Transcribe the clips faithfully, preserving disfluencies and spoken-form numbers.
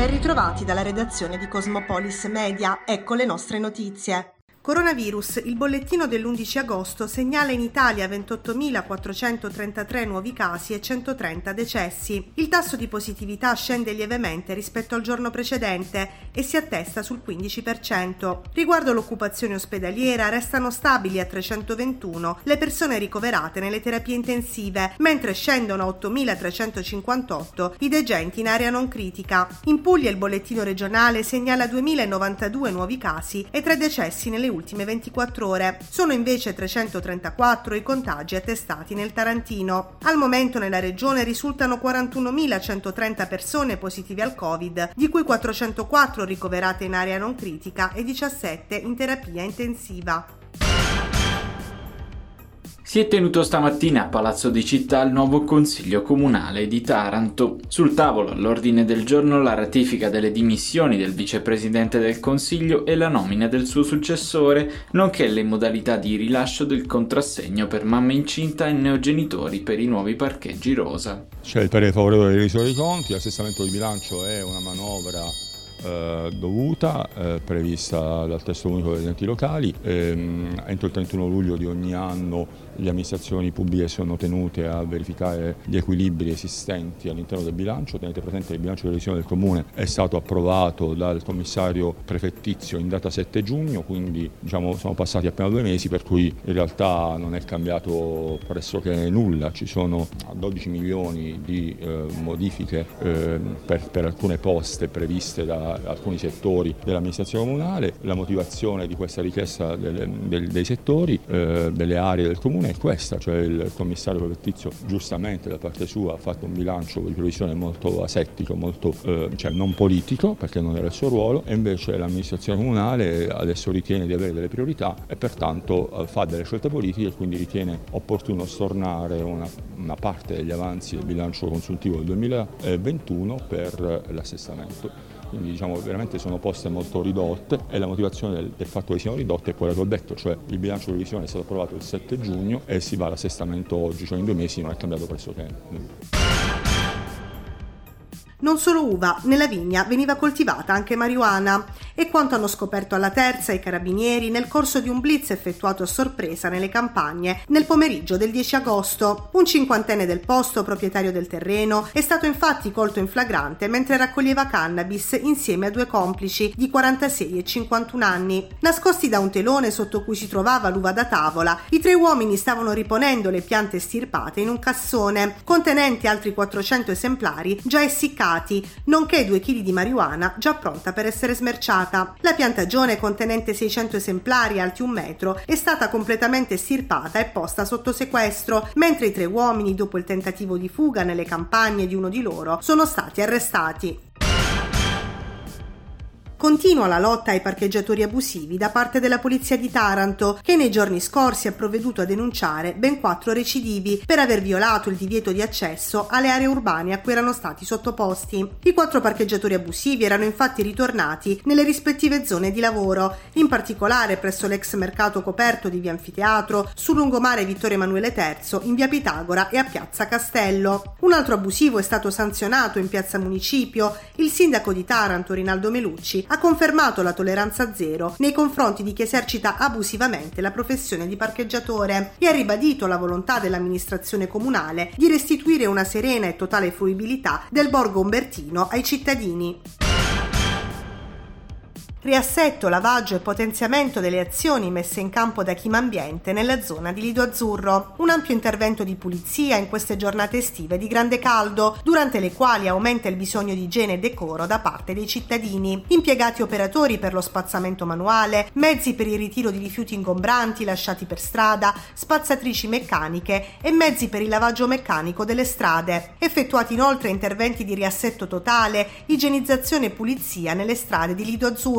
Ben ritrovati dalla redazione di Cosmopolis Media, ecco le nostre notizie. Coronavirus, il bollettino dell'undici agosto segnala in Italia ventottomilaquattrocentotrentatré nuovi casi e centotrenta decessi. Il tasso di positività scende lievemente rispetto al giorno precedente e si attesta sul quindici per cento. Riguardo l'occupazione ospedaliera, restano stabili a trecentoventuno le persone ricoverate nelle terapie intensive, mentre scendono a ottomilatrecentocinquantotto i degenti in area non critica. In Puglia il bollettino regionale segnala duemilanovantadue nuovi casi e tre decessi nelle ultime ventiquattro ore. Sono invece trecentotrentaquattro i contagi attestati nel Tarantino. Al momento nella regione risultano quarantunomilacentotrenta persone positive al Covid, di cui quattrocentoquattro ricoverate in area non critica e diciassette in terapia intensiva. Si è tenuto stamattina a Palazzo di Città il nuovo Consiglio Comunale di Taranto. Sul tavolo, all'ordine del giorno, la ratifica delle dimissioni del vicepresidente del Consiglio e la nomina del suo successore, nonché le modalità di rilascio del contrassegno per mamme incinta e neogenitori per i nuovi parcheggi rosa. C'è il parere favorevole del revisore dei conti, l'assestamento di bilancio è una manovra Eh, dovuta, eh, prevista dal testo unico degli enti locali. Ehm, entro il trentuno luglio di ogni anno le amministrazioni pubbliche sono tenute a verificare gli equilibri esistenti all'interno del bilancio. Tenete presente che il bilancio di revisione del Comune è stato approvato dal commissario prefettizio in data sette giugno, quindi diciamo sono passati appena due mesi, per cui in realtà non è cambiato pressoché nulla. Ci sono dodici milioni di eh, modifiche eh, per, per alcune poste previste da alcuni settori dell'amministrazione comunale. La motivazione di questa richiesta delle, del, dei settori, eh, delle aree del comune è questa, cioè il commissario prefettizio giustamente da parte sua ha fatto un bilancio di previsione molto asettico, molto, eh, cioè non politico, perché non era il suo ruolo, e invece l'amministrazione comunale adesso ritiene di avere delle priorità e pertanto eh, fa delle scelte politiche e quindi ritiene opportuno stornare una, una parte degli avanzi del bilancio consuntivo del duemilaventuno per l'assestamento. Quindi diciamo veramente sono poste molto ridotte e la motivazione del, del fatto che siano ridotte è quella che ho detto, cioè il bilancio di revisione è stato approvato il sette giugno e si va all'assestamento oggi, cioè in due mesi non è cambiato pressoché nulla. Non solo uva, nella vigna veniva coltivata anche marijuana. E quanto hanno scoperto alla Terza i carabinieri nel corso di un blitz effettuato a sorpresa nelle campagne nel pomeriggio del dieci agosto. Un cinquantenne del posto, proprietario del terreno, è stato infatti colto in flagrante mentre raccoglieva cannabis insieme a due complici di quarantasei e cinquantuno anni. Nascosti da un telone sotto cui si trovava l'uva da tavola, i tre uomini stavano riponendo le piante estirpate in un cassone contenente altri quattrocento esemplari già essiccati, nonché due chili di marijuana già pronta per essere smerciata. La piantagione, contenente seicento esemplari alti un metro, è stata completamente estirpata e posta sotto sequestro, mentre i tre uomini, dopo il tentativo di fuga nelle campagne di uno di loro, sono stati arrestati. Continua la lotta ai parcheggiatori abusivi da parte della Polizia di Taranto, che nei giorni scorsi ha provveduto a denunciare ben quattro recidivi per aver violato il divieto di accesso alle aree urbane a cui erano stati sottoposti. I quattro parcheggiatori abusivi erano infatti ritornati nelle rispettive zone di lavoro, in particolare presso l'ex mercato coperto di Via Anfiteatro, sul lungomare Vittorio Emanuele terzo, in Via Pitagora e a Piazza Castello. Un altro abusivo è stato sanzionato in Piazza Municipio. Il sindaco di Taranto, Rinaldo Melucci, ha confermato la tolleranza zero nei confronti di chi esercita abusivamente la professione di parcheggiatore e ha ribadito la volontà dell'amministrazione comunale di restituire una serena e totale fruibilità del borgo umbertino ai cittadini. Riassetto, lavaggio e potenziamento delle azioni messe in campo da Chimambiente nella zona di Lido Azzurro. Un ampio intervento di pulizia in queste giornate estive di grande caldo, durante le quali aumenta il bisogno di igiene e decoro da parte dei cittadini. Impiegati operatori per lo spazzamento manuale, mezzi per il ritiro di rifiuti ingombranti lasciati per strada, spazzatrici meccaniche e mezzi per il lavaggio meccanico delle strade. Effettuati inoltre interventi di riassetto totale, igienizzazione e pulizia nelle strade di Lido Azzurro,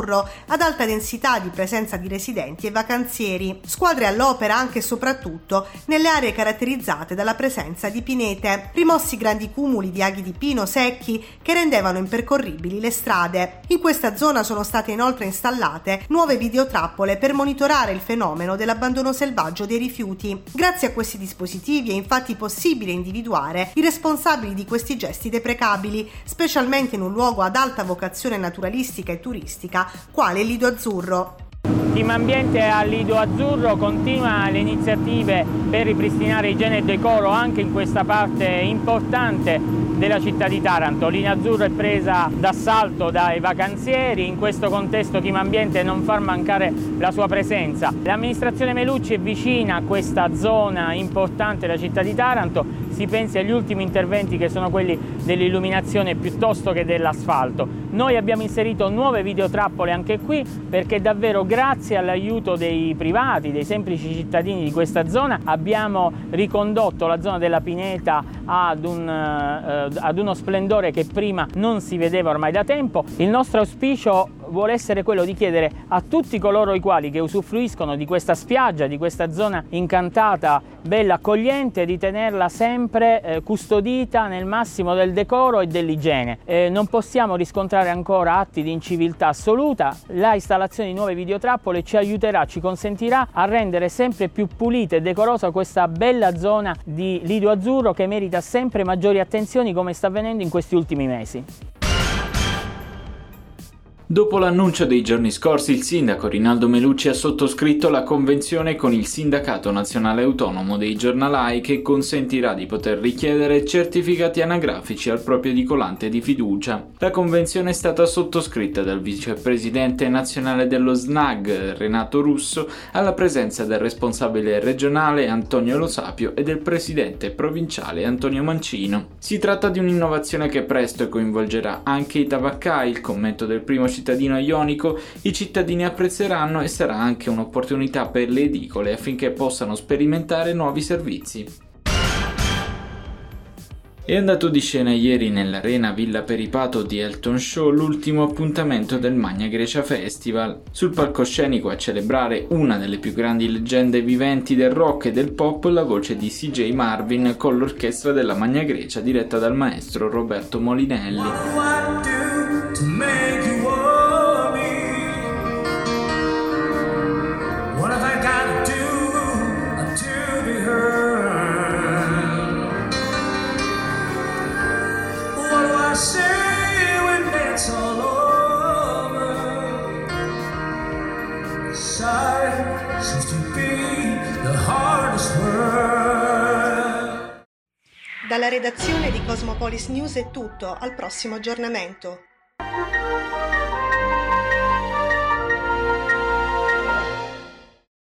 Azzurro, ad alta densità di presenza di residenti e vacanzieri. Squadre all'opera anche e soprattutto nelle aree caratterizzate dalla presenza di pinete, rimossi grandi cumuli di aghi di pino secchi che rendevano impercorribili le strade. In questa zona sono state inoltre installate nuove videotrappole per monitorare il fenomeno dell'abbandono selvaggio dei rifiuti. Grazie a questi dispositivi è infatti possibile individuare i responsabili di questi gesti deprecabili, specialmente in un luogo ad alta vocazione naturalistica e turistica, quale il Lido Azzurro. Team Ambiente al Lido Azzurro continua le iniziative per ripristinare igiene e decoro anche in questa parte importante della città di Taranto. Lido Azzurro è presa d'assalto dai vacanzieri, in questo contesto Team Ambiente non far mancare la sua presenza. L'amministrazione Melucci è vicina a questa zona importante della città di Taranto, si pensi agli ultimi interventi che sono quelli dell'illuminazione piuttosto che dell'asfalto. Noi abbiamo inserito nuove videotrappole anche qui perché davvero grazie all'aiuto dei privati, dei semplici cittadini di questa zona, abbiamo ricondotto la zona della pineta ad, un, eh, ad uno splendore che prima non si vedeva ormai da tempo. Il nostro auspicio vuole essere quello di chiedere a tutti coloro i quali che usufruiscono di questa spiaggia, di questa zona incantata, bella, accogliente, di tenerla sempre eh, custodita nel massimo del decoro e dell'igiene. Eh, non possiamo riscontrare ancora atti di inciviltà assoluta. La installazione di nuove videotrappole ci aiuterà, ci consentirà a rendere sempre più pulita e decorosa questa bella zona di Lido Azzurro che merita sempre maggiori attenzioni, come sta avvenendo in questi ultimi mesi. Dopo l'annuncio dei giorni scorsi, il sindaco Rinaldo Melucci ha sottoscritto la convenzione con il Sindacato Nazionale Autonomo dei Giornalai che consentirà di poter richiedere certificati anagrafici al proprio edicolante di fiducia. La convenzione è stata sottoscritta dal vicepresidente nazionale dello S N A G Renato Russo alla presenza del responsabile regionale Antonio Lo Sapio e del presidente provinciale Antonio Mancino. Si tratta di un'innovazione che presto coinvolgerà anche i tabaccai. Il commento del primo cittadino ionico: i cittadini apprezzeranno e sarà anche un'opportunità per le edicole affinché possano sperimentare nuovi servizi. È andato di scena ieri nell'Arena Villa Peripato di Elton Show l'ultimo appuntamento del Magna Grecia Festival. Sul palcoscenico a celebrare una delle più grandi leggende viventi del rock e del pop, la voce di C J Marvin con l'orchestra della Magna Grecia diretta dal maestro Roberto Molinelli. Dalla redazione di Cosmopolis News è tutto, al prossimo aggiornamento.